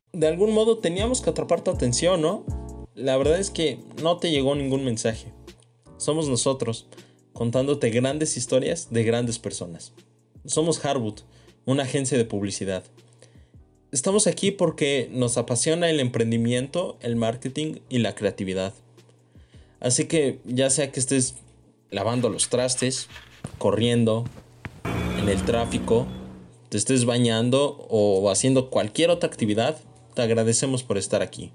De algún modo teníamos que atrapar tu atención, ¿no? La verdad es que no te llegó ningún mensaje. Somos nosotros, contándote grandes historias de grandes personas. Somos Harwood, una agencia de publicidad. Estamos aquí porque nos apasiona el emprendimiento, el marketing y la creatividad. Así que ya sea que estés lavando los trastes, corriendo, en el tráfico, te estés bañando o haciendo cualquier otra actividad, te agradecemos por estar aquí.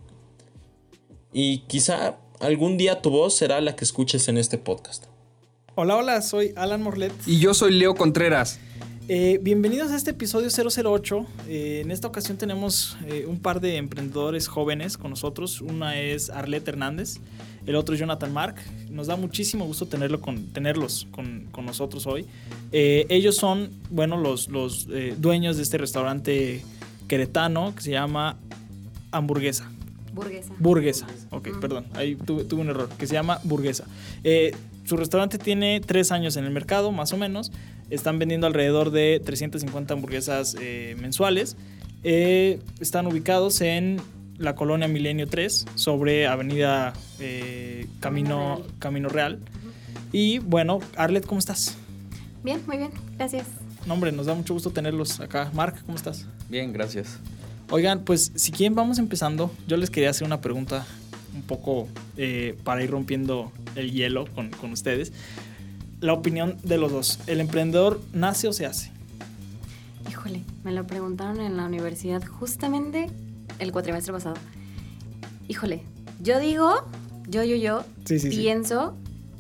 Y quizá algún día tu voz será la que escuches en este podcast. Hola, soy Alan Morlet. Y yo soy Leo Contreras. Bienvenidos a este episodio 008. En esta ocasión tenemos un par de emprendedores jóvenes con nosotros. Una es Arlet Hernández, el otro es Jonathan Mark. Nos da muchísimo gusto tenerlos con nosotros hoy. Ellos son, bueno, los dueños de este restaurante queretano que se llama Hamburguesa. Burguesa. Ok, perdón, ahí tuve un error, que se llama Burguesa. Su restaurante tiene 3 años en el mercado, más o menos. Están vendiendo alrededor de 350 hamburguesas mensuales. Están ubicados en la colonia Milenio 3, sobre avenida Camino Real. Y bueno, Arlet, ¿cómo estás? Bien, muy bien, gracias. No, hombre, nos da mucho gusto tenerlos acá. Mark, ¿cómo estás? Bien, gracias. Oigan, pues si quieren vamos empezando. Yo les quería hacer una pregunta un poco para ir rompiendo el hielo con ustedes. La opinión de los dos. ¿El emprendedor nace o se hace? Híjole, me lo preguntaron en la universidad justamente el cuatrimestre pasado. Híjole, yo digo, Sí. pienso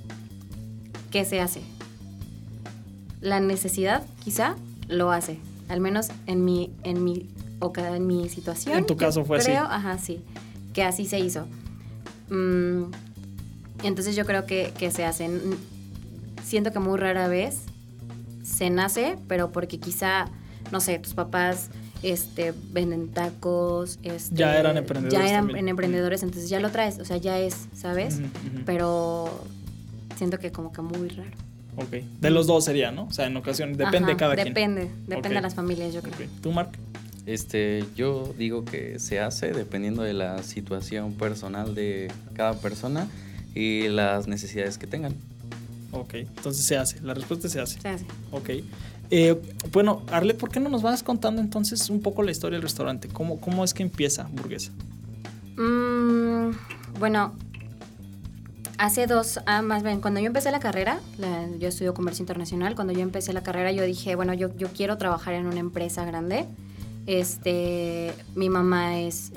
que se hace. La necesidad quizá lo hace, al menos en mi situación. En tu caso fue creo, así. Ajá, sí, que así se hizo. Entonces yo creo que se hace. Siento que muy rara vez se nace, pero porque quizá, no sé, tus papás venden tacos. Ya eran emprendedores. Ya eran emprendedores, entonces ya lo traes, o sea, ya es, ¿sabes? Pero siento que como que muy raro. Ok, de los dos sería, ¿no? O sea, en ocasiones, depende de cada quien. Depende Okay. de las familias, yo creo. Okay. ¿Tú, Mark? Yo digo que se hace dependiendo de la situación personal de cada persona y las necesidades que tengan. Ok, entonces se hace. La respuesta es se hace. Se hace. Ok. Bueno, Arlet, ¿por qué no nos vas contando entonces un poco la historia del restaurante? ¿Cómo es que empieza Burguesa? Bueno, hace más bien, cuando yo empecé la carrera, yo estudio comercio internacional, cuando yo empecé la carrera yo dije, bueno, yo quiero trabajar en una empresa grande. Mi mamá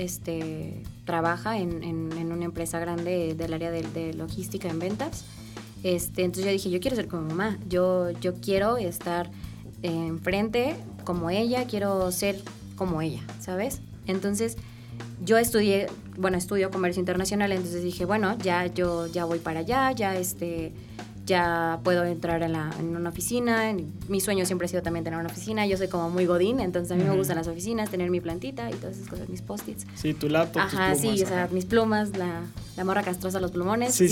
trabaja en una empresa grande del área de logística en ventas. Entonces yo dije, yo quiero ser como mi mamá, yo quiero estar enfrente como ella, quiero ser como ella, ¿sabes? Entonces yo estudio comercio internacional, entonces dije, bueno, yo voy para allá, ya puedo entrar en una oficina. Mi sueño siempre ha sido también tener una oficina. Yo soy como muy godín, entonces a mí me gustan las oficinas, tener mi plantita y todas esas cosas, mis post-its. Sí, tu laptop, ajá, tus plumas. Sí, o sea, mis plumas, la morra castrosa, los plumones. Sí.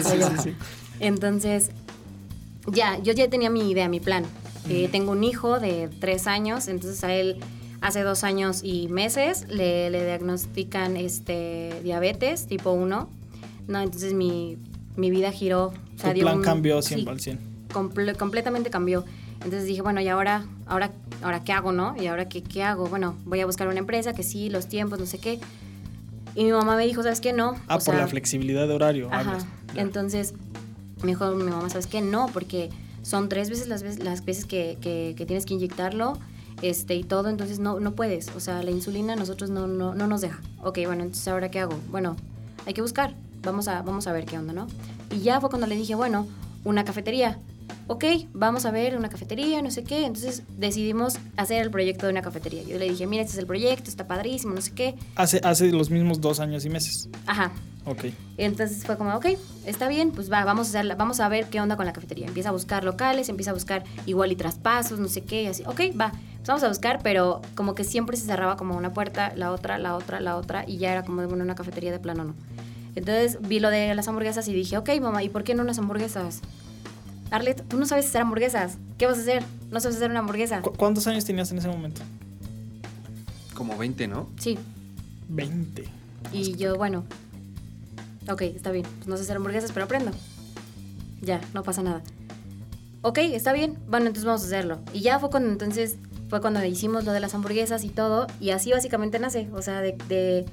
Entonces, yo ya tenía mi idea, mi plan. Tengo un hijo de 3 años, entonces a él hace 2 años y meses le diagnostican diabetes tipo 1. No, entonces mi vida giró. O sea, tu plan cambió 100 al 100. Completamente cambió. Entonces dije, bueno, ¿y ahora qué hago, no? ¿Y ahora qué hago? Bueno, voy a buscar una empresa que sí, los tiempos, no sé qué. Y mi mamá me dijo, ¿sabes qué? No. Por la flexibilidad de horario. Ajá. Entonces me dijo mi mamá, ¿sabes qué? No, porque son 3 veces las veces que tienes que inyectarlo y todo, entonces no puedes. O sea, la insulina a nosotros no nos deja. Ok, bueno, entonces ¿ahora qué hago? Bueno, hay que buscar. Vamos a ver qué onda, ¿no? Y ya fue cuando le dije, bueno, una cafetería. Ok, vamos a ver una cafetería, no sé qué. Entonces decidimos hacer el proyecto de una cafetería. Yo le dije, mira, este es el proyecto, está padrísimo, no sé qué. Hace los mismos 2 años y meses. Ajá. Ok. Entonces fue como, ok, está bien, pues vamos a ver qué onda con la cafetería. Empieza a buscar locales, empieza a buscar igual y traspasos, no sé qué, y así. Ok, va, pues vamos a buscar, pero como que siempre se cerraba como una puerta, la otra, y ya era como, bueno, una cafetería de plano, no. Entonces vi lo de las hamburguesas y dije, ok, mamá, ¿y por qué no unas hamburguesas? Arlet, tú no sabes hacer hamburguesas. ¿Qué vas a hacer? No sabes hacer una hamburguesa. ¿Cuántos años tenías en ese momento? Como 20, ¿no? Sí. 20. Y yo, bueno, ok, está bien, pues no sé hacer hamburguesas, pero aprendo. Ya, no pasa nada. Ok, está bien, bueno, entonces vamos a hacerlo. Y ya fue cuando hicimos lo de las hamburguesas y todo, y así básicamente nace, o sea, de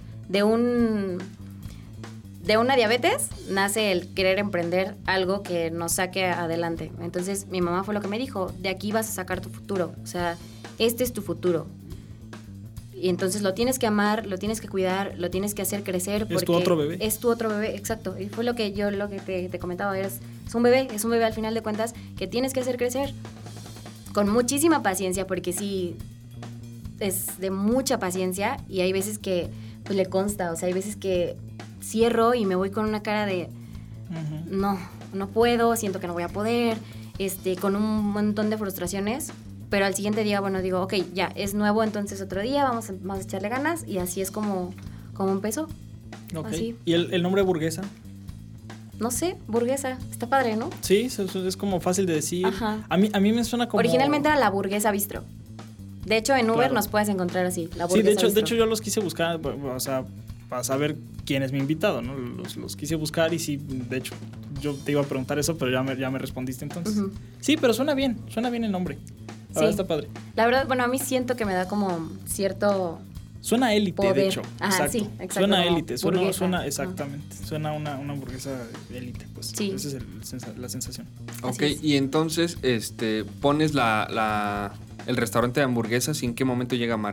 una diabetes nace el querer emprender algo que nos saque adelante. Entonces mi mamá fue lo que me dijo, de aquí vas a sacar tu futuro, o sea, este es tu futuro. Y entonces lo tienes que amar, lo tienes que cuidar, lo tienes que hacer crecer. Porque es tu otro bebé. Es tu otro bebé, exacto. Y fue lo que te comentaba, es un bebé al final de cuentas que tienes que hacer crecer. Con muchísima paciencia, porque sí, es de mucha paciencia y hay veces que pues, le consta, o sea, hay veces que cierro y me voy con una cara de no puedo, siento que no voy a poder, con un montón de frustraciones. Pero al siguiente día, bueno, digo, ok, ya, es nuevo, entonces otro día, vamos a echarle ganas. Y así es como empezó. Ok. Así. ¿Y el nombre Burguesa? No sé, burguesa. Está padre, ¿no? Sí, es como fácil de decir. Ajá. A mí me suena como... Originalmente era la Burguesa Bistro. De hecho, en Uber Claro. nos puedes encontrar así, la Sí, Burguesa de hecho yo los quise buscar, o sea, para saber quién es mi invitado, ¿no? Los quise buscar y sí, de hecho, yo te iba a preguntar eso, pero ya me respondiste entonces. Uh-huh. Sí, pero suena bien el nombre. La verdad está padre. La verdad, bueno, a mí siento que me da como cierto... Suena a élite, poder. de hecho. Ajá, exacto. sí, exacto. Suena a Como élite, burguesa. suena exactamente. Suena a una hamburguesa de élite, pues. Sí. Esa es la sensación. Ok, Así es. y entonces pones el restaurante de hamburguesas y ¿en qué momento llega Mark?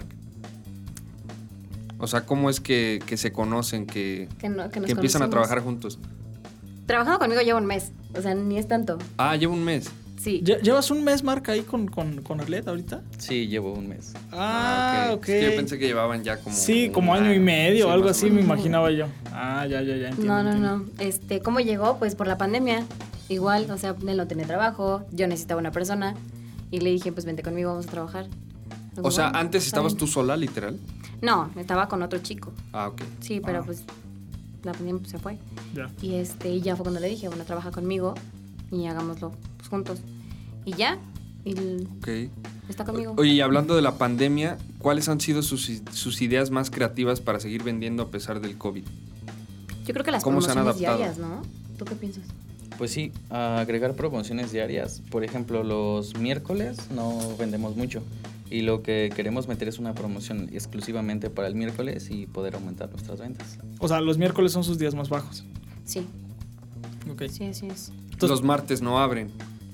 O sea, ¿cómo es que se conocen, que nos empiezan a conocimos. trabajar juntos? Trabajando conmigo lleva un mes, o sea, ni es tanto. Ah, lleva un mes. Sí. ¿Llevas un mes, Marc, ahí con Arlet ahorita? Sí, llevo un mes. Ok. Es que yo pensé que llevaban ya como... Sí, como año y medio o sí, algo más o así, menos. me imaginaba yo. Ah, ya, entiendo. No. ¿Cómo llegó? Pues por la pandemia. Igual, o sea, él no tenía trabajo, yo necesitaba una persona y le dije, pues vente conmigo, vamos a trabajar. O sea, Bueno, antes está estabas bien. tú sola, literal. No, estaba con otro chico. Ah, ok. Sí, pero pues la pandemia pues, se fue. Ya. Y ya fue cuando le dije, bueno, trabaja conmigo y hagámoslo pues, juntos. Y ya, Ok. está conmigo. Oye, y hablando de la pandemia, ¿cuáles han sido sus ideas más creativas para seguir vendiendo a pesar del COVID? Yo creo que las ¿Cómo se han promociones adaptado? diarias, ¿no? ¿Tú qué piensas? Pues sí, agregar promociones diarias. Por ejemplo, los miércoles no vendemos mucho. Y lo que queremos meter es una promoción exclusivamente para el miércoles y poder aumentar nuestras ventas. O sea, los miércoles son sus días más bajos. Sí, Ok. sí, así es. Entonces- Los martes no abren.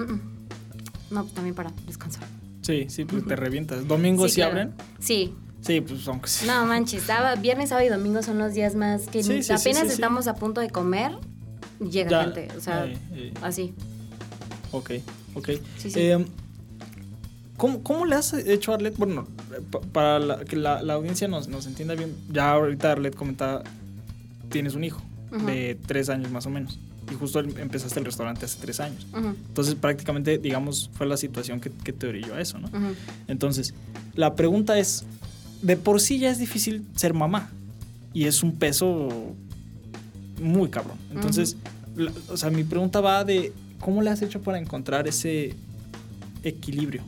No, pues también para descansar. Sí, pues te revientas. ¿Domingos sí claro. abren? Sí. Sí, pues aunque sí. No manches, viernes, sábado y domingo son los días más que Sí, sí, apenas sí. estamos a punto de comer, llega Ya, gente, o sea, así. Ok. Sí. ¿Cómo le has hecho a Arlet? Bueno, para que la audiencia nos entienda bien, ya ahorita Arlet comentaba, tienes un hijo Ujú. de 3 años más o menos. Y justo empezaste el restaurante hace 3 años. Ujú, Entonces, prácticamente, digamos, fue la situación que te orilló a eso, ¿no? ujú. Entonces, la pregunta es, de por sí ya es difícil ser mamá. Y es un peso muy cabrón. Entonces, o sea, mi pregunta va de, ¿cómo le has hecho para encontrar ese equilibrio?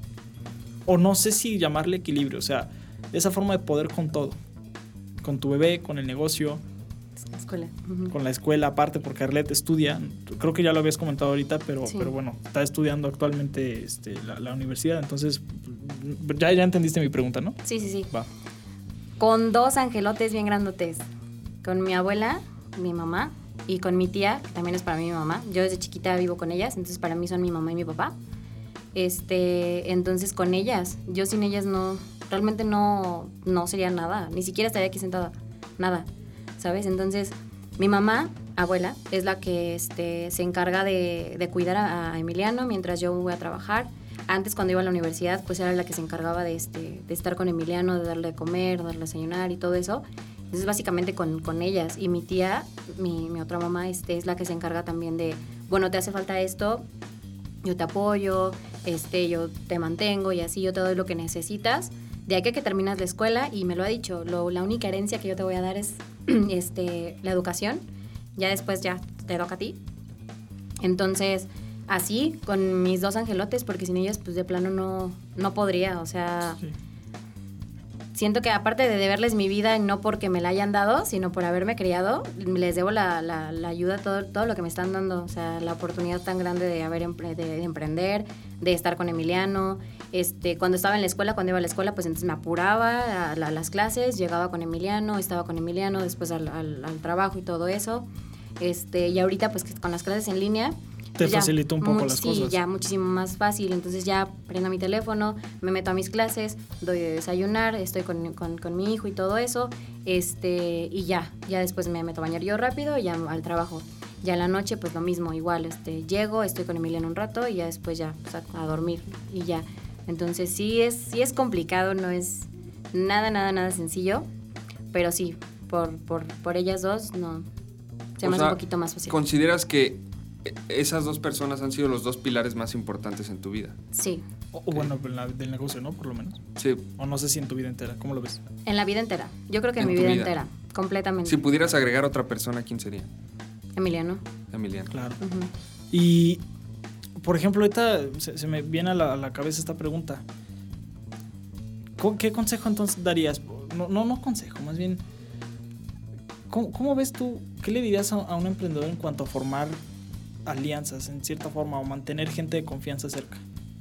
O no sé si llamarle equilibrio, o sea, esa forma de poder con todo. Con tu bebé, con el negocio, Escuela. Ujú. con la escuela aparte, porque Arlet estudia, creo que ya lo habías comentado ahorita, pero Sí. bueno, está estudiando actualmente la universidad, entonces ya entendiste mi pregunta, ¿no? Sí. Va. Con 2 angelotes bien grandotes. Con mi abuela, mi mamá, y con mi tía, que también es para mí mi mamá. Yo desde chiquita vivo con ellas, entonces para mí son mi mamá y mi papá. Entonces con ellas, yo sin ellas realmente no sería nada, ni siquiera estaría aquí sentada, nada, ¿sabes? Entonces mi mamá, abuela, es la que se encarga de cuidar a Emiliano mientras yo voy a trabajar. Antes cuando iba a la universidad, pues era la que se encargaba de estar con Emiliano, de darle de comer, darle a desayunar y todo eso. Entonces básicamente con ellas. Y mi tía, mi otra mamá, es la que se encarga también de, bueno, te hace falta esto, yo te apoyo, yo te mantengo y así yo te doy lo que necesitas. De aquí a que terminas la escuela, y me lo ha dicho, la única herencia que yo te voy a dar es la educación. Ya después ya te toca a ti. Entonces, así, con mis 2 angelotes, porque sin ellos, pues de plano no podría, o sea... Sí. siento que aparte de deberles mi vida, no porque me la hayan dado, sino por haberme criado, les debo la ayuda, todo lo que me están dando. O sea, la oportunidad tan grande de de emprender, de estar con Emiliano. Cuando estaba en la escuela, cuando iba a la escuela, pues entonces me apuraba a las clases, llegaba con Emiliano, estaba con Emiliano, después al trabajo y todo eso. Y ahorita, pues con las clases en línea, te facilitó un poco las cosas. Sí, ya muchísimo más fácil. Entonces ya prendo mi teléfono, me meto a mis clases, doy de desayunar, estoy con mi hijo y todo eso. Y ya después me meto a bañar yo rápido y ya al trabajo. Ya en la noche, pues lo mismo, igual. Llego, estoy con Emiliano un rato y ya después ya pues, a dormir y ya. Entonces sí es complicado, no es nada sencillo. Pero sí, por ellas dos, no. Se me hace un poquito más fácil. ¿Consideras que esas dos personas han sido los dos pilares más importantes en tu vida? Sí. O bueno, del negocio, ¿no? Por lo menos. Sí. O no sé si en tu vida entera. ¿Cómo lo ves? En la vida entera. Yo creo que en mi vida entera. Completamente. Si pudieras agregar otra persona, ¿quién sería? Emiliano. Claro. Uh-huh. Y, por ejemplo, ahorita se me viene a la cabeza esta pregunta. ¿Qué consejo entonces darías? No consejo, más bien... ¿Cómo ves tú? ¿Qué le dirías a un emprendedor en cuanto a formar alianzas, en cierta forma, o mantener gente de confianza cerca?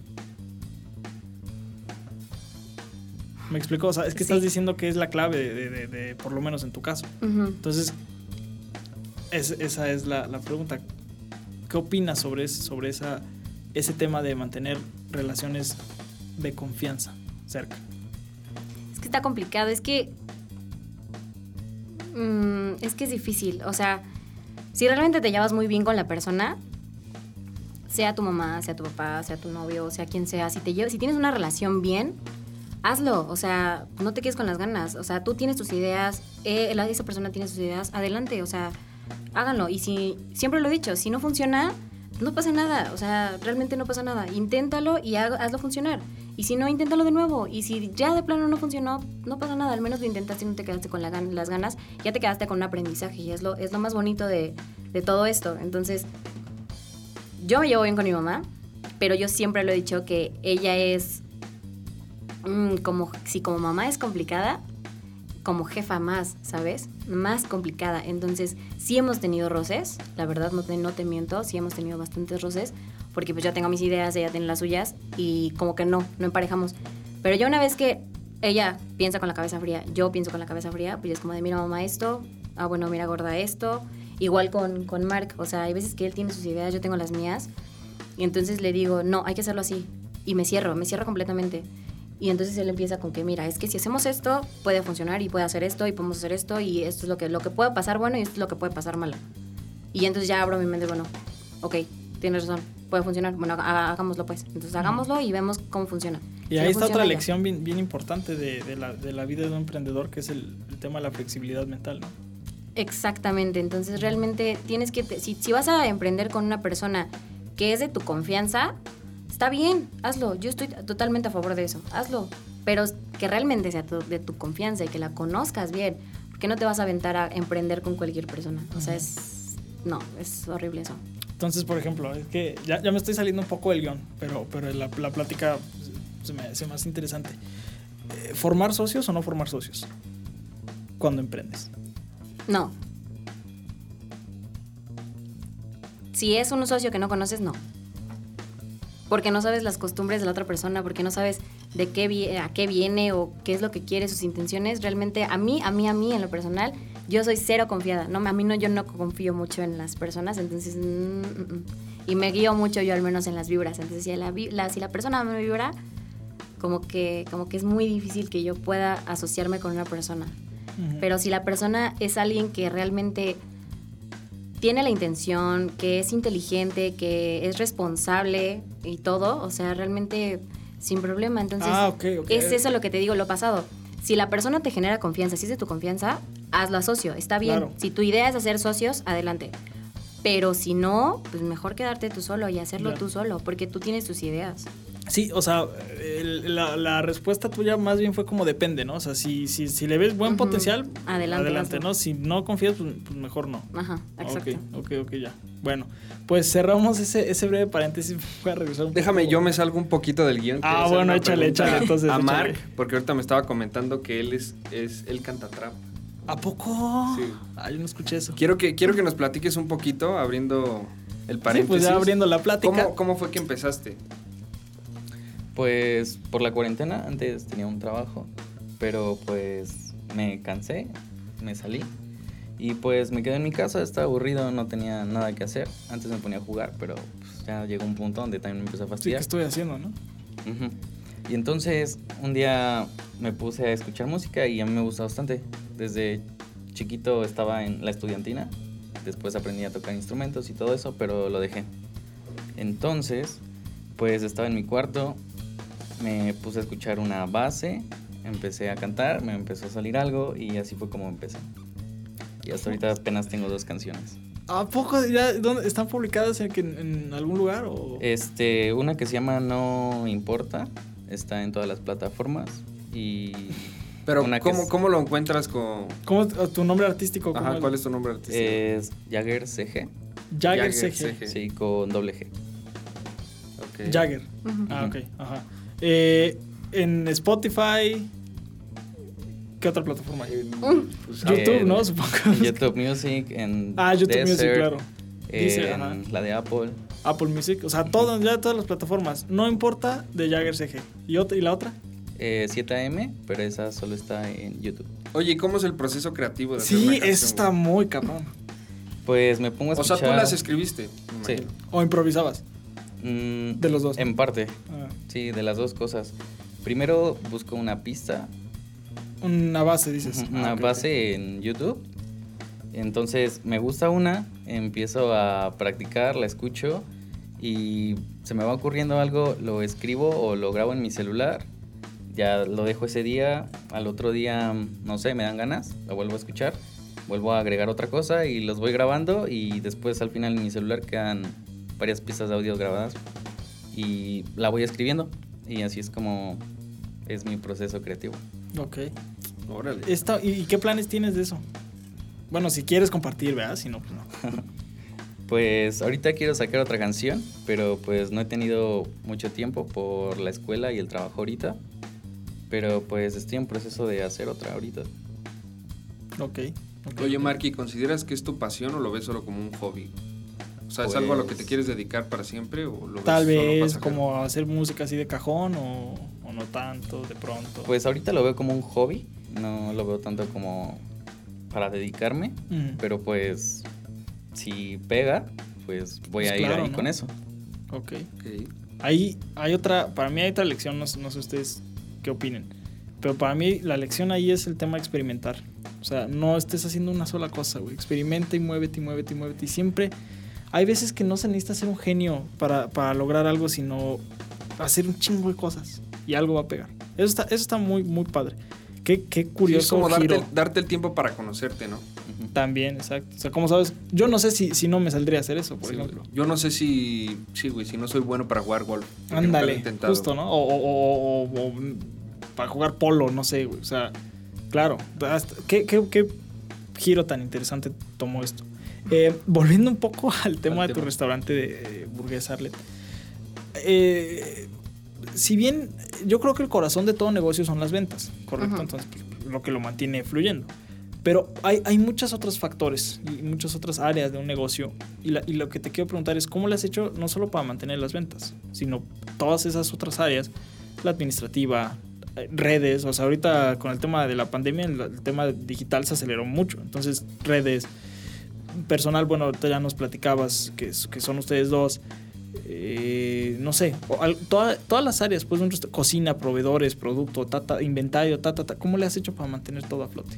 ¿Me explico? O sea, es que estás diciendo que es la clave de por lo menos en tu caso. Uh-huh. Entonces, esa es la pregunta. ¿Qué opinas sobre ese tema de mantener relaciones de confianza cerca? Es que está complicado, es que es difícil. O sea, si realmente te llevas muy bien con la persona, sea tu mamá, sea tu papá, sea tu novio, sea quien sea, si tienes una relación bien, hazlo. O sea, no te quedes con las ganas. O sea, tú tienes tus ideas, esa persona tiene sus ideas, adelante. O sea, háganlo. Y siempre lo he dicho, si no funciona, no pasa nada. O sea, realmente no pasa nada. Inténtalo y hazlo funcionar. Y si no, inténtalo de nuevo. Y si ya de plano no funcionó, no pasa nada. Al menos lo intentaste y no te quedaste con las ganas. Ya te quedaste con un aprendizaje. Y es lo más bonito de todo esto. Entonces, yo me llevo bien con mi mamá, pero yo siempre lo he dicho que ella es... como mamá es complicada, como jefa más, ¿sabes? Más complicada. Entonces, sí hemos tenido roces. La verdad, no te miento. Sí hemos tenido bastantes roces. Porque pues yo tengo mis ideas, ella tiene las suyas y como que no emparejamos. Pero ya una vez que ella piensa con la cabeza fría, yo pienso con la cabeza fría, pues es como de, mira mamá esto, bueno, mira gorda esto. Igual con Mark, o sea, hay veces que él tiene sus ideas, yo tengo las mías. Y entonces le digo, no, hay que hacerlo así. Y me cierro completamente. Y entonces él empieza con que, mira, es que si hacemos esto, puede funcionar y puede hacer esto y podemos hacer esto y esto es lo que puede pasar bueno y esto es lo que puede pasar malo. Y entonces ya abro mi mente, bueno, ok, tienes razón, puede funcionar, bueno, hagámoslo pues. Entonces hagámoslo y vemos cómo funciona. Y ahí está otra lección bien importante de la vida de un emprendedor, que es el tema de la flexibilidad mental, ¿no? Exactamente, entonces realmente tienes que, si vas a emprender con una persona que es de tu confianza, está bien, hazlo, yo estoy totalmente a favor de eso, hazlo, pero que realmente sea de tu confianza y que la conozcas bien, porque no te vas a aventar a emprender con cualquier persona, o sea, es horrible eso. Entonces, por ejemplo, es que ya me estoy saliendo un poco del guión, pero la plática se me hace más interesante. ¿Formar socios o no formar socios cuando emprendes? No. Si es un socio que no conoces, no. Porque no sabes las costumbres de la otra persona, porque no sabes a qué viene o qué es lo que quiere, sus intenciones. Realmente, a mí, en lo personal, yo soy cero confiada. Yo no confío mucho en las personas, entonces... Y me guío mucho yo, al menos en las vibras. Entonces, si la persona me vibra, como que es muy difícil que yo pueda asociarme con una persona. Uh-huh. Pero si la persona es alguien que realmente tiene la intención, que es inteligente, que es responsable y todo, o sea, realmente sin problema. Entonces, okay. Es eso lo que te digo, lo pasado. Si la persona te genera confianza, si es de tu confianza, hazlo a socio, está bien. Claro. Si tu idea es hacer socios, adelante. Pero si no, pues mejor quedarte tú solo y hacerlo tú solo, porque tú tienes tus ideas. Sí, o sea, la respuesta tuya más bien fue como depende, ¿no? O sea, si le ves buen potencial, adelante, ¿no? Si no confías, pues mejor no. Ajá, exacto. Ok, ya. Bueno, pues cerramos ese breve paréntesis. Voy a regresar un Déjame, poco. yo me salgo un poquito del guión. Ah, bueno, échale, entonces. A échale. Mark, porque ahorita me estaba comentando que él canta trap. ¿A poco? Sí. Yo no escuché eso. Quiero que nos platiques un poquito, abriendo el paréntesis. Sí, pues ya abriendo la plática. ¿Cómo fue que empezaste? Pues por la cuarentena, antes tenía un trabajo, pero pues me cansé, me salí y pues me quedé en mi casa, estaba aburrido, no tenía nada que hacer. Antes me ponía a jugar, pero pues, ya llegó un punto donde también me empezó a Sí, fastidiar. ¿qué estoy haciendo, no? Ujú. Y entonces un día me puse a escuchar música y a mí me gusta bastante. Desde chiquito estaba en la estudiantina, después aprendí a tocar instrumentos y todo eso, pero lo dejé. Entonces, pues estaba en mi cuarto, me puse a escuchar una base, empecé a cantar, me empezó a salir algo y así fue como empecé. Y hasta ahorita apenas tengo 2 canciones. ¿A poco ya dónde están publicadas en algún lugar o? Una que se llama No Importa, está en todas las plataformas y Pero una que ¿cómo lo encuentras con...? ¿Cómo tu nombre artístico? ¿Cómo Ajá, ¿cuál es tu nombre artístico? es Jagger CG, Jagger Jagger CG. CG. sí, con doble G. Ok. Jagger. Ujú. Ok, ajá. En Spotify, ¿qué otra plataforma hay? Pues, YouTube, ¿no? Supongo. En YouTube Music, en YouTube Music, Deezer, claro. Deezer, en ajá. la de Apple. Apple Music, o sea, todas las plataformas. No importa de Jagger CG. ¿Y la otra? 7am, pero esa solo está en YouTube. Oye, ¿y cómo es el proceso creativo de hacer una Sí, canción, eso está güey? muy cabrón. Pues me pongo a O escuchar. sea, tú las escribiste. me Sí. imagino. ¿O improvisabas? De los dos. En parte, Ah, sí, de las dos cosas. Primero busco una pista, una base, dices. una Ok, base en YouTube. Entonces me gusta una, empiezo a practicar, la escucho y se me va ocurriendo algo, lo escribo o lo grabo en mi celular. Ya lo dejo ese día, al otro día, no sé, me dan ganas, lo vuelvo a escuchar, vuelvo a agregar otra cosa y los voy grabando y después al final en mi celular quedan varias pistas de audio grabadas y la voy escribiendo y así es como es mi proceso creativo. Ok. Órale. ¿Y qué planes tienes de eso? Bueno, si quieres compartir, ¿verdad? Si no, pues no. Pues ahorita quiero sacar otra canción, pero pues no he tenido mucho tiempo por la escuela y el trabajo ahorita. Pero pues estoy en proceso de hacer otra ahorita. Ok. Oye, Marky, ¿consideras que es tu pasión o lo ves solo como un hobby? O sea, ¿es algo a lo que te quieres dedicar para siempre o lo ves Tal solo vez pasajero? como hacer música así de cajón o no tanto, de pronto. Pues ahorita lo veo como un hobby, no lo veo tanto como para dedicarme, Ujú. pero pues si pega, pues voy Pues a ir claro, ahí ¿no? con eso. Ok. Ok. Ahí hay para mí hay otra lección, no sé ustedes qué opinen, pero para mí la lección ahí es el tema de experimentar. O sea, no estés haciendo una sola cosa, güey. Experimenta y muévete y muévete y muévete. Y siempre hay veces que no se necesita ser un genio para lograr algo, sino hacer un chingo de cosas y algo va a pegar. Eso está muy, muy padre. Qué Sí, curioso es como giro. darte el tiempo para conocerte, ¿no? Ujú. También, exacto. O sea, como sabes, yo no sé si no me saldría a hacer eso, por Sí, ejemplo. güey. Yo no sé si no soy bueno para jugar golf. porque nunca lo he Ándale, intentado. justo, ¿no? O para jugar polo, no sé, güey. O sea, claro. ¿Qué giro tan interesante tomó esto? Volviendo un poco al tema de tu restaurante de Burguesa Arlet. Si bien yo creo que el corazón de todo negocio son las ventas, ¿correcto? Ujú. Entonces, pues, lo que lo mantiene fluyendo. Pero hay muchos otros factores y muchas otras áreas de un negocio. Y lo que te quiero preguntar es, ¿cómo le has hecho no solo para mantener las ventas, sino todas esas otras áreas? La administrativa, redes. O sea, ahorita con el tema de la pandemia, el tema digital se aceleró mucho. Entonces, redes, personal, bueno, ahorita ya nos platicabas que son ustedes dos. No sé, todas las áreas, pues, cocina, proveedores, producto, inventario, ¿cómo le has hecho para mantener todo a flote?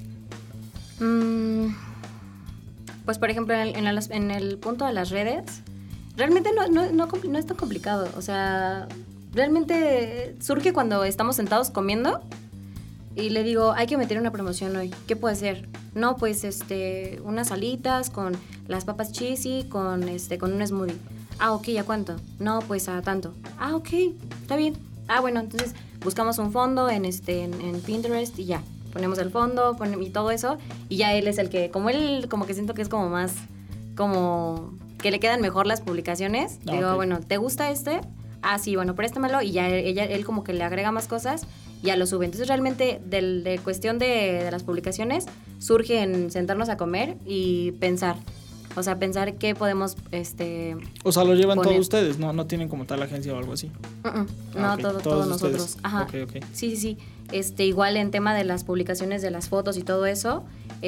Pues por ejemplo en el punto de las redes realmente no es tan complicado, o sea, realmente surge cuando estamos sentados comiendo y le digo, hay que meter una promoción hoy, ¿qué puede ser? No, pues unas alitas con las papas cheesy con un smoothie. Ah, ok, ¿a cuánto? No, pues a tanto. Ah, ok, está bien. Ah, bueno, entonces buscamos un fondo en Pinterest y ya. Ponemos el fondo y todo eso. Y ya él es el que, como que siento que es como más, como que le quedan mejor las publicaciones. Digo, okay. Bueno, ¿te gusta este? Ah, sí, bueno, préstamelo. Y ya él como que le agrega más cosas y ya lo sube. Entonces realmente de cuestión de las publicaciones surge en sentarnos a comer y pensar. O sea, pensar qué podemos O sea, lo llevan poner. todos ustedes, no tienen como tal agencia o algo así. No, okay. todos nosotros. Ustedes. Ajá. Okay. Sí. Igual en tema de las publicaciones de las fotos y todo eso,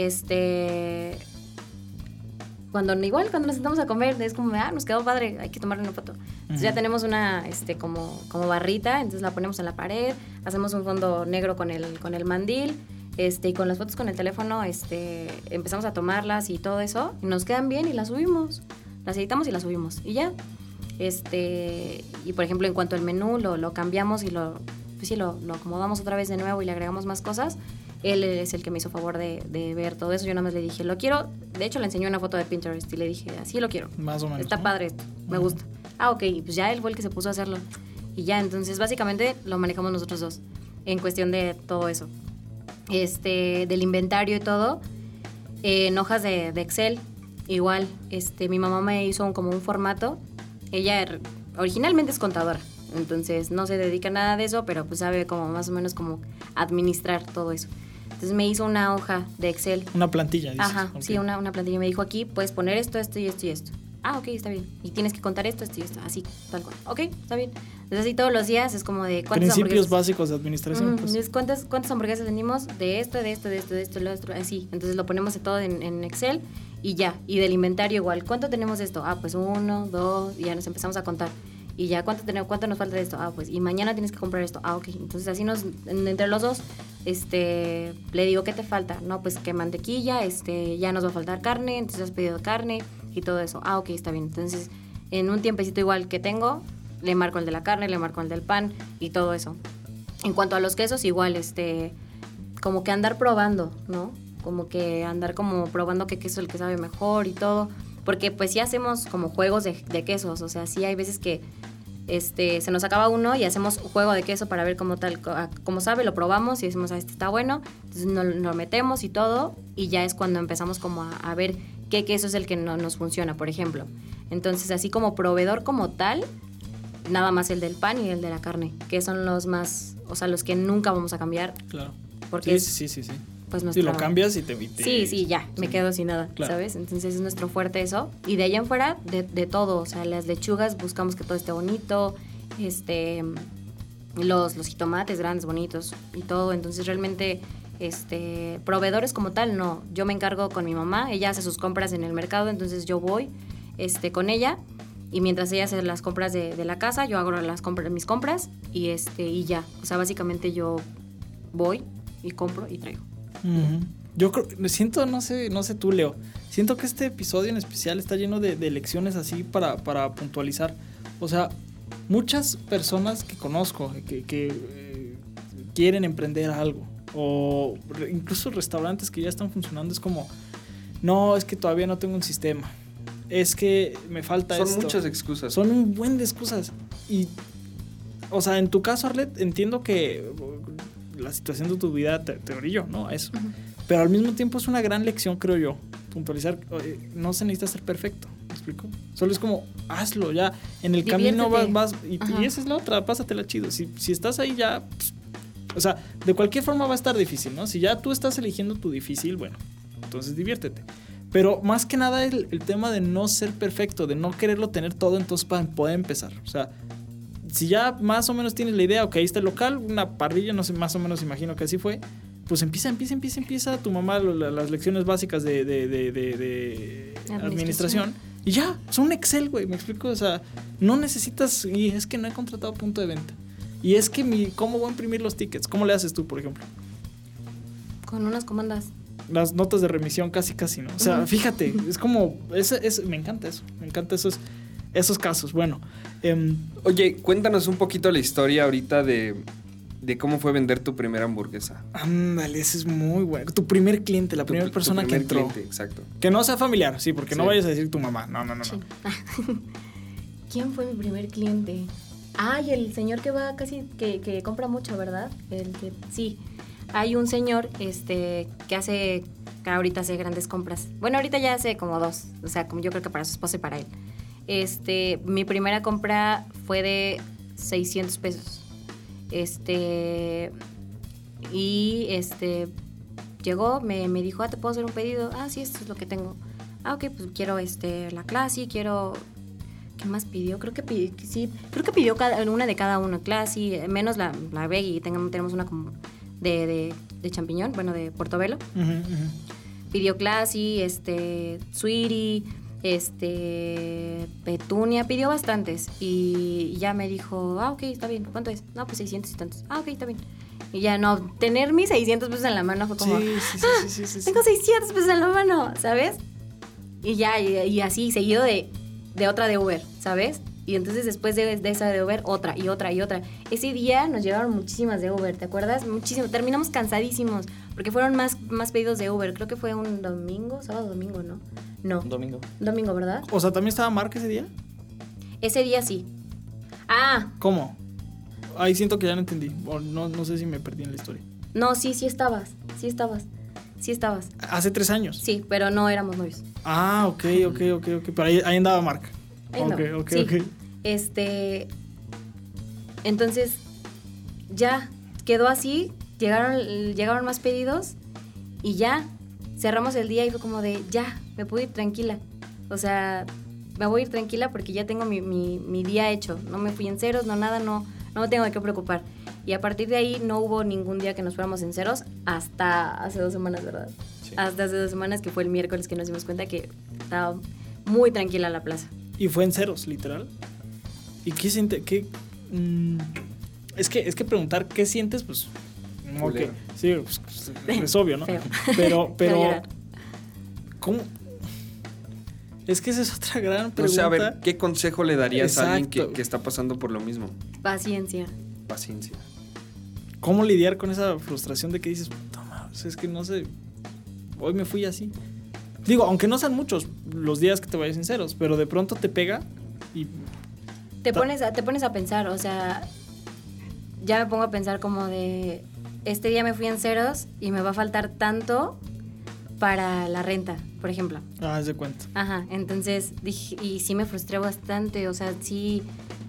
cuando nos sentamos a comer, es como, nos quedó padre, hay que tomarle una foto. Entonces ya tenemos una como barrita, entonces la ponemos en la pared, hacemos un fondo negro con el mandil. Y con las fotos con el teléfono empezamos a tomarlas y todo eso, y nos quedan bien y las subimos, las editamos y las subimos y ya. Y por ejemplo en cuanto al menú lo cambiamos y lo acomodamos otra vez de nuevo y le agregamos más cosas. Él es el que me hizo favor de ver todo eso. Yo nada más le dije, lo quiero. De hecho, le enseñé una foto de Pinterest y le dije, así lo quiero. Más o menos. Está padre esto, me gusta. Ah, ok, pues ya él fue el que se puso a hacerlo. Y ya, entonces básicamente lo manejamos nosotros dos en cuestión de todo eso. Del inventario y todo, en hojas de Excel, igual, mi mamá me hizo como un formato. Ella originalmente es contadora, entonces no se dedica a nada de eso, pero pues sabe como más o menos como administrar todo eso. Entonces me hizo una hoja de Excel. Una plantilla, dices. Ajá, okay. Sí, una plantilla. Me dijo, aquí puedes poner esto y esto y esto. Ah, ok, está bien. Y tienes que contar esto y esto, así, tal cual. Ok, está bien. Entonces así todos los días es como de cuántas Principios básicos de administración. Pues. ¿Cuántas hamburguesas vendimos? De esto, lo otro, así. Entonces lo ponemos todo en Excel y ya. Y del inventario igual. ¿Cuánto tenemos de esto? Ah, pues 1, 2, y ya nos empezamos a contar. Y ya, ¿cuánto nos falta de esto? Ah, pues, y mañana tienes que comprar esto. Ah, ok. Entonces así entre los dos, le digo, ¿qué te falta? No, pues que mantequilla, ya nos va a faltar carne, entonces has pedido carne y todo eso. Ah, ok, está bien. Entonces, en un tiempecito igual que tengo, le marco el de la carne, le marco el del pan y todo eso. En cuanto a los quesos, igual, como que andar probando, ¿no? Como que andar como probando qué queso es el que sabe mejor y todo. Porque pues sí hacemos como juegos de quesos, o sea, sí hay veces que se nos acaba uno y hacemos juego de queso para ver cómo sabe, lo probamos y decimos, este está bueno, entonces lo metemos y todo, y ya es cuando empezamos como a ver qué queso es el que no nos funciona, por ejemplo. Entonces, así como proveedor como tal, nada más el del pan y el de la carne, que son los más, o sea, los que nunca vamos a cambiar. Claro. Porque sí. Pues si lo cambias y te Sí, ya, me quedo sin nada, claro. ¿sabes? Entonces es nuestro fuerte eso. Y de allá en fuera, de todo. O sea, las lechugas buscamos que todo esté bonito. Los jitomates grandes, bonitos y todo. Entonces realmente, proveedores como tal, no. Yo me encargo con mi mamá. Ella hace sus compras en el mercado, entonces yo voy con ella. Y mientras ella hace las compras de la casa, yo hago mis compras y ya. O sea, básicamente yo voy y compro y traigo. Uh-huh. Yo siento, no sé tú, Leo, siento que este episodio en especial está lleno de lecciones así para puntualizar. O sea, muchas personas que conozco que quieren emprender algo, o incluso restaurantes que ya están funcionando, es como, no, es que todavía no tengo un sistema, es que me falta esto. Son muchas excusas. Son un buen de excusas. Y, o sea, en tu caso, Arlet, entiendo que la situación de tu vida te orilló, ¿no? Eso. Uh-huh. Pero al mismo tiempo es una gran lección, creo yo. Puntualizar, no se necesita ser perfecto, ¿me explico? Solo es como, hazlo ya. En el camino vas y esa es la otra, pásatela chido. Si estás ahí ya, o sea, de cualquier forma va a estar difícil, ¿no? Si ya tú estás eligiendo tu difícil, bueno, entonces diviértete. Pero más que nada el tema de no ser perfecto, de no quererlo tener todo, entonces para poder empezar. O sea, si ya más o menos tienes la idea, ok, ahí está el local, una parrilla, no sé, más o menos imagino que así fue, pues empieza tu mamá las lecciones básicas de administración. Y ya, son Excel, güey, me explico, o sea, no necesitas, y es que no he contratado punto de venta. Y es que ¿cómo voy a imprimir los tickets? ¿Cómo le haces tú, por ejemplo? Con unas comandas. Las notas de remisión casi, ¿no? O sea, fíjate, es como, me encanta esos casos. Bueno, oye, cuéntanos un poquito la historia ahorita de cómo fue vender tu primera hamburguesa. Ándale, ese es muy bueno. Tu primer cliente, la primera persona que entró. Cliente, exacto. Que no sea familiar, sí, porque no vayas a decir tu mamá. No. Sí. ¿Quién fue mi primer cliente? Ay, el señor que va casi, que compra mucho, ¿verdad? El que, sí. Hay un señor que ahorita hace grandes compras. Bueno, ahorita ya hace como 2. O sea, como yo creo que para su esposa y para él. Mi primera compra fue de 600 pesos. Llegó, me dijo, ¿te puedo hacer un pedido? Sí, esto es lo que tengo. Ok, pues quiero la Classy, quiero... ¿Qué más pidió? Creo que pidió una de cada uno. Classy, menos la Veggie, tenemos una como de champiñón, bueno, de portobelo. Pidió Classy, Sweetie, Petunia, pidió bastantes. Y ya me dijo, ok, está bien, ¿cuánto es? No, pues 600 y tantos. Ok, está bien. Y ya no, tener mis 600 pesos en la mano fue como, sí. Tengo 600 pesos en la mano, ¿sabes? Y ya, y así, seguido de otra de Uber, ¿sabes? Y entonces después de esa de Uber, otra. Ese día nos llegaron muchísimas de Uber, ¿te acuerdas? Muchísimo. Terminamos cansadísimos, porque fueron más pedidos de Uber. Creo que fue un domingo, sábado, domingo, ¿no? No. Domingo, ¿verdad? O sea, ¿también estaba Mark ese día? Ese día sí. ¿Cómo? Ahí siento que ya no entendí. O no sé si me perdí en la historia. No, sí estabas. ¿Hace 3 años? Sí, pero no éramos novios. Ok. Pero ahí andaba Mark. Ok. Entonces, ya quedó así. Llegaron más pedidos. Y ya, cerramos el día y fue como de, ya, me puedo ir tranquila. O sea, me voy a ir tranquila porque ya tengo mi día hecho. No me fui en ceros, no nada, no me tengo de qué preocupar. Y a partir de ahí no hubo ningún día que nos fuéramos en ceros hasta hace 2 semanas, ¿verdad? Sí. Hasta hace 2 semanas, que fue el miércoles que nos dimos cuenta que estaba muy tranquila la plaza. Y fue en ceros, literal. ¿Y qué siente? Es que preguntar qué sientes, pues... Okay. Sí, pues, es obvio, ¿no? Pero ¿cómo? Es que esa es otra gran pregunta. O sea, a ver, ¿qué consejo le darías a alguien que está pasando por lo mismo? Paciencia. ¿Cómo lidiar con esa frustración de que dices, toma, es que no sé, hoy me fui así? Digo, aunque no sean muchos los días que te vayas sinceros, pero de pronto te pega y... Te pones a pensar, o sea, ya me pongo a pensar como de, este día me fui en ceros y me va a faltar tanto para la renta, por ejemplo. Haz de cuenta. Ajá, entonces dije, y sí me frustré bastante, o sea, sí,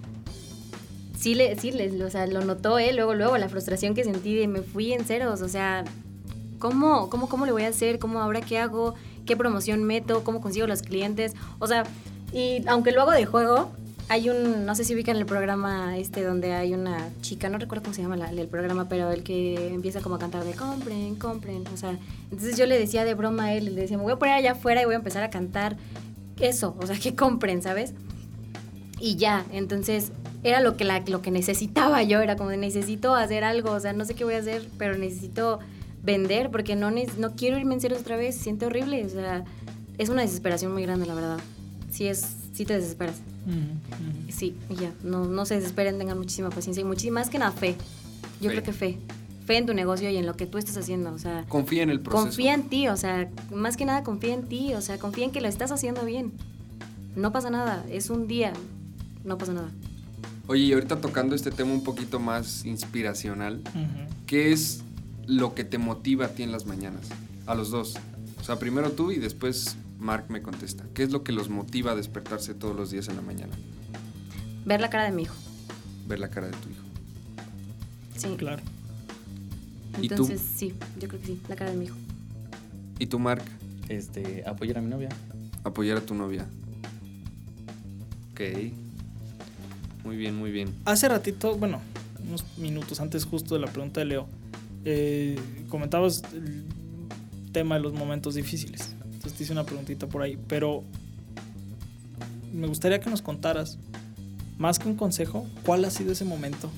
o sea, lo notó luego la frustración que sentí de me fui en ceros, o sea, ¿cómo le voy a hacer? ¿Ahora qué hago? ¿Qué promoción meto? ¿Cómo consigo los clientes? O sea, y aunque lo hago de juego, hay no sé si ubican el programa donde hay una chica, no recuerdo cómo se llama el programa, pero el que empieza como a cantar de compren, o sea, entonces yo le decía de broma a él, le decía, me voy a poner allá afuera y voy a empezar a cantar eso, o sea, que compren, ¿sabes? Y ya, entonces era lo que necesitaba yo, era como de necesito hacer algo, o sea, no sé qué voy a hacer, pero necesito vender porque no quiero irme en ceros otra vez, se siente horrible, o sea, es una desesperación muy grande, la verdad. Sí te desesperas. Sí, y ya, no se desesperen, tengan muchísima paciencia y más que nada fe. Yo creo que fe en tu negocio y en lo que tú estás haciendo, o sea, confía en el proceso. Confía en ti, o sea, más que nada confía en ti, o sea, confía en que lo estás haciendo bien. No pasa nada, es un día, no pasa nada. Oye, y ahorita tocando este tema un poquito más inspiracional, ¿qué es lo que te motiva a ti en las mañanas? A los dos. O sea, primero tú y después Mark me contesta. ¿Qué es lo que los motiva a despertarse todos los días en la mañana? Ver la cara de mi hijo. Ver la cara de tu hijo. Sí. Claro. Entonces, sí, yo creo que sí, la cara de mi hijo. ¿Y tú, Mark? Apoyar a mi novia. Apoyar a tu novia. Ok. Muy bien. Hace ratito, bueno, unos minutos antes justo de la pregunta de Leo, comentabas el tema de los momentos difíciles. Entonces te hice una preguntita por ahí, pero me gustaría que nos contaras, más que un consejo, ¿cuál ha sido ese momento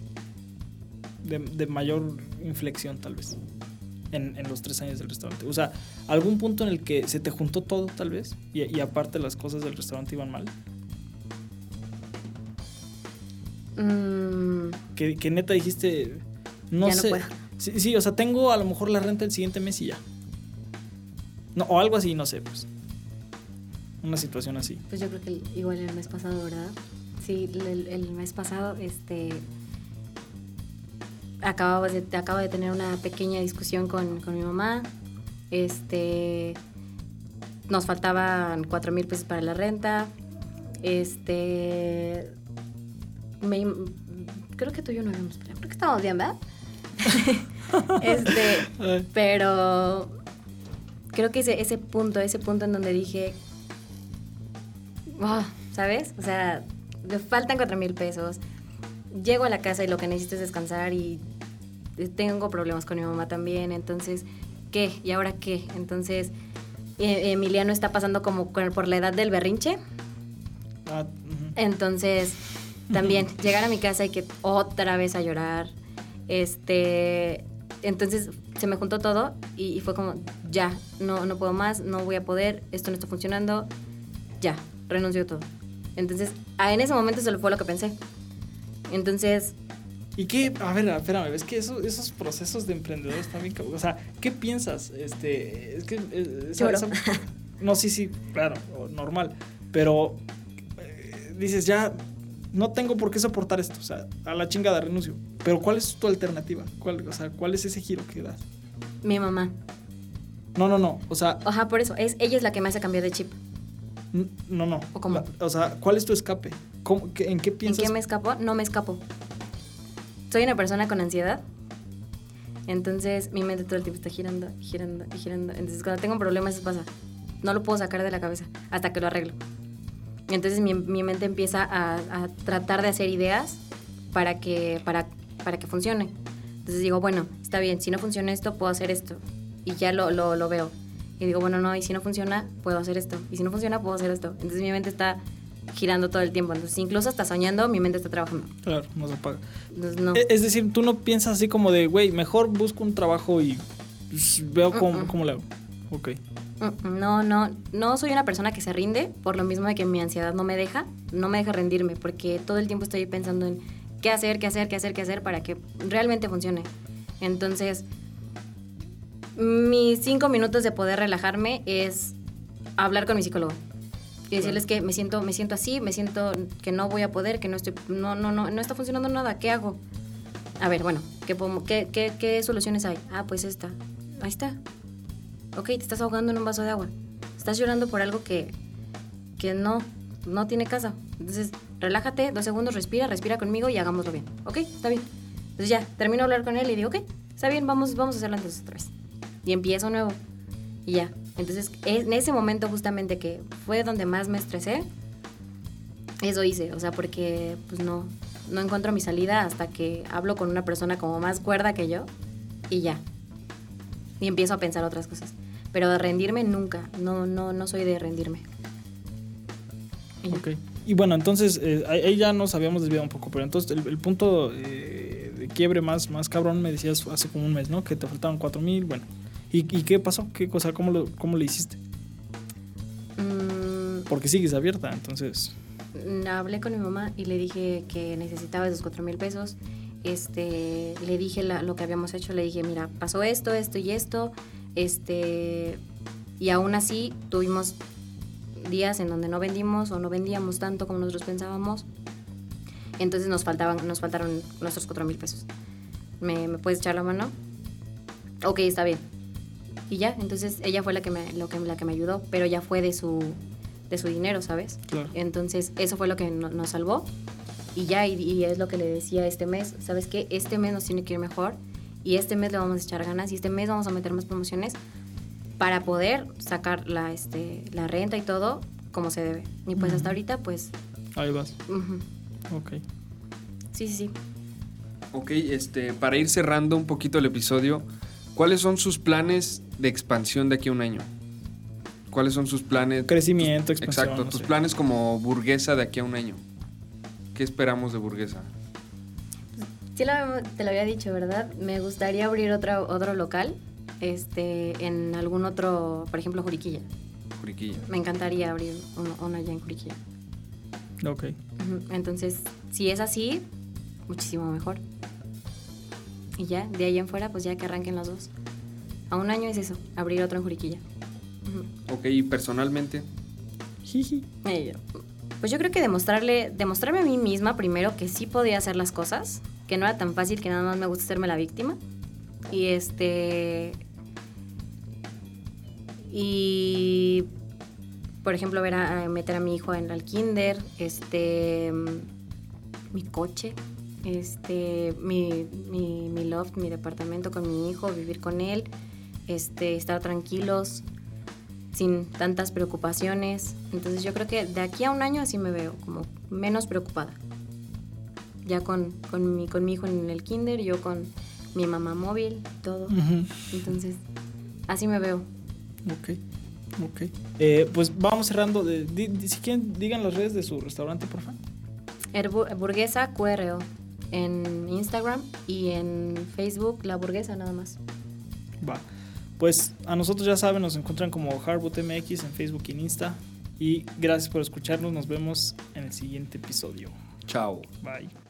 de mayor inflexión tal vez en los 3 años del restaurante? O sea, algún punto en el que se te juntó todo tal vez y aparte las cosas del restaurante iban mal. Que neta dijiste, no sé. No puedo. Sí, o sea, tengo a lo mejor la renta el siguiente mes y ya. No, o algo así, no sé, pues. Una situación así. Pues yo creo que igual el mes pasado, ¿verdad? Sí, el mes pasado, acabo de tener una pequeña discusión con mi mamá. Nos faltaban 4,000 pesos para la renta. Creo que tú y yo no habíamos peleado. Creo que estábamos bien, ¿verdad? Pero creo que ese punto en donde dije, wow, ¿sabes? O sea, me faltan 4,000 pesos. Llego a la casa y lo que necesito es descansar y tengo problemas con mi mamá también. Entonces, ¿qué? ¿Y ahora qué? Entonces, Emiliano está pasando como por la edad del berrinche. Entonces, también llegar a mi casa y que otra vez a llorar. Entonces se me juntó todo y fue como, ya, no puedo más, no voy a poder, esto no está funcionando, ya, renuncio a todo. Entonces, en ese momento eso fue lo que pensé. Entonces... ¿Y qué? A ver, espérame, es que esos procesos de emprendedores también, o sea, ¿qué piensas? Es que... no, sí, claro, normal, pero dices, ya, no tengo por qué soportar esto, o sea, a la chingada renuncio. Pero ¿cuál es tu alternativa? ¿Cuál es ese giro que das? Mi mamá. No, o sea... Ajá, por eso, ella es la que me hace cambiar de chip. No. ¿O cómo? O sea, ¿cuál es tu escape? ¿En qué piensas? ¿En qué me escapo? No me escapo. Soy una persona con ansiedad. Entonces, mi mente todo el tiempo está girando. Entonces, cuando tengo un problema, eso pasa. No lo puedo sacar de la cabeza hasta que lo arreglo. Entonces, mi mente empieza a tratar de hacer ideas para que funcione. Entonces digo, bueno, está bien, si no funciona esto, puedo hacer esto. Y ya lo veo. Y digo, bueno, no, y si no funciona, puedo hacer esto. Y si no funciona, puedo hacer esto. Entonces mi mente está girando todo el tiempo. Entonces incluso hasta soñando, mi mente está trabajando. Claro, no se apaga. Entonces, no. Es decir, tú no piensas así como de, güey, mejor busco un trabajo y pues, veo cómo le hago. Ok. No soy una persona que se rinde, por lo mismo de que mi ansiedad no me deja rendirme, porque todo el tiempo estoy pensando en qué hacer para que realmente funcione. Entonces, mis 5 minutos de poder relajarme es hablar con mi psicólogo y decirles que me siento así, me siento que no voy a poder, que no está funcionando nada, ¿qué hago? A ver, bueno, ¿qué soluciones hay? Pues esta, ahí está. Ok, te estás ahogando en un vaso de agua, estás llorando por algo que no tiene caso. Entonces, relájate, 2 segundos, respira conmigo y hagámoslo bien. ¿Ok? Está bien. Entonces ya, termino de hablar con él y digo, ok, está bien, vamos a hacerlo entonces otra vez. Y empiezo nuevo. Y ya. Entonces, en ese momento justamente que fue donde más me estresé, eso hice. O sea, porque pues no encuentro mi salida hasta que hablo con una persona como más cuerda que yo y ya. Y empiezo a pensar otras cosas. Pero de rendirme nunca. No soy de rendirme. Ok. Y bueno, entonces, ahí ya nos habíamos desviado un poco, pero entonces el punto de quiebre más cabrón me decías hace como un mes, ¿no? Que te faltaban 4,000, bueno. ¿Y qué pasó? ¿Qué cosa? ¿Cómo le hiciste? Porque sigues abierta, entonces... Hablé con mi mamá y le dije que necesitaba esos 4,000 pesos. Le dije lo que habíamos hecho, le dije, mira, pasó esto y esto, y aún así tuvimos días en donde no vendimos o no vendíamos tanto como nosotros pensábamos. Entonces nos faltaron nuestros 4,000 pesos. ¿Me puedes echar la mano? Ok, está bien. Y ya, entonces ella fue la que me ayudó, pero ya fue de su dinero, ¿sabes? Claro. Entonces eso fue lo que nos salvó. Y ya, y es lo que le decía este mes, ¿sabes qué? Este mes nos tiene que ir mejor y este mes le vamos a echar ganas y este mes vamos a meter más promociones para poder sacar la renta y todo como se debe. Y pues hasta ahorita, pues... Ahí vas. Ok. Sí. Ok, para ir cerrando un poquito el episodio, ¿cuáles son sus planes de expansión de aquí a un año? ¿Cuáles son sus planes? Crecimiento, expansión. Exacto, tus planes como burguesa de aquí a un año. ¿Qué esperamos de burguesa? Sí, te lo había dicho, ¿verdad? Me gustaría abrir otro local, en algún otro, por ejemplo, Juriquilla. Me encantaría abrir uno allá en Juriquilla. Ok. Entonces, si es así, muchísimo mejor. Y ya, de ahí en fuera, pues ya que arranquen los dos. A un año es eso, abrir otro en Juriquilla. Ok, ¿y personalmente? Jiji. Pues yo creo que demostrarme a mí misma primero que sí podía hacer las cosas, que no era tan fácil, que nada más me gusta hacerme la víctima. Y por ejemplo, meter a mi hijo al kinder, mi coche, mi loft, mi departamento con mi hijo, vivir con él, estar tranquilos, sin tantas preocupaciones. Entonces yo creo que de aquí a un año así me veo, como menos preocupada. Ya con mi hijo en el kinder, yo con mi mamá móvil, todo. Entonces, así me veo. Ok. Pues vamos cerrando. Si quieren, digan las redes de su restaurante, por favor. Burguesa QRO en Instagram y en Facebook, La Burguesa nada más. Va. Pues a nosotros ya saben, nos encuentran como Hardboot MX en Facebook y en Insta. Y gracias por escucharnos. Nos vemos en el siguiente episodio. Chao. Bye.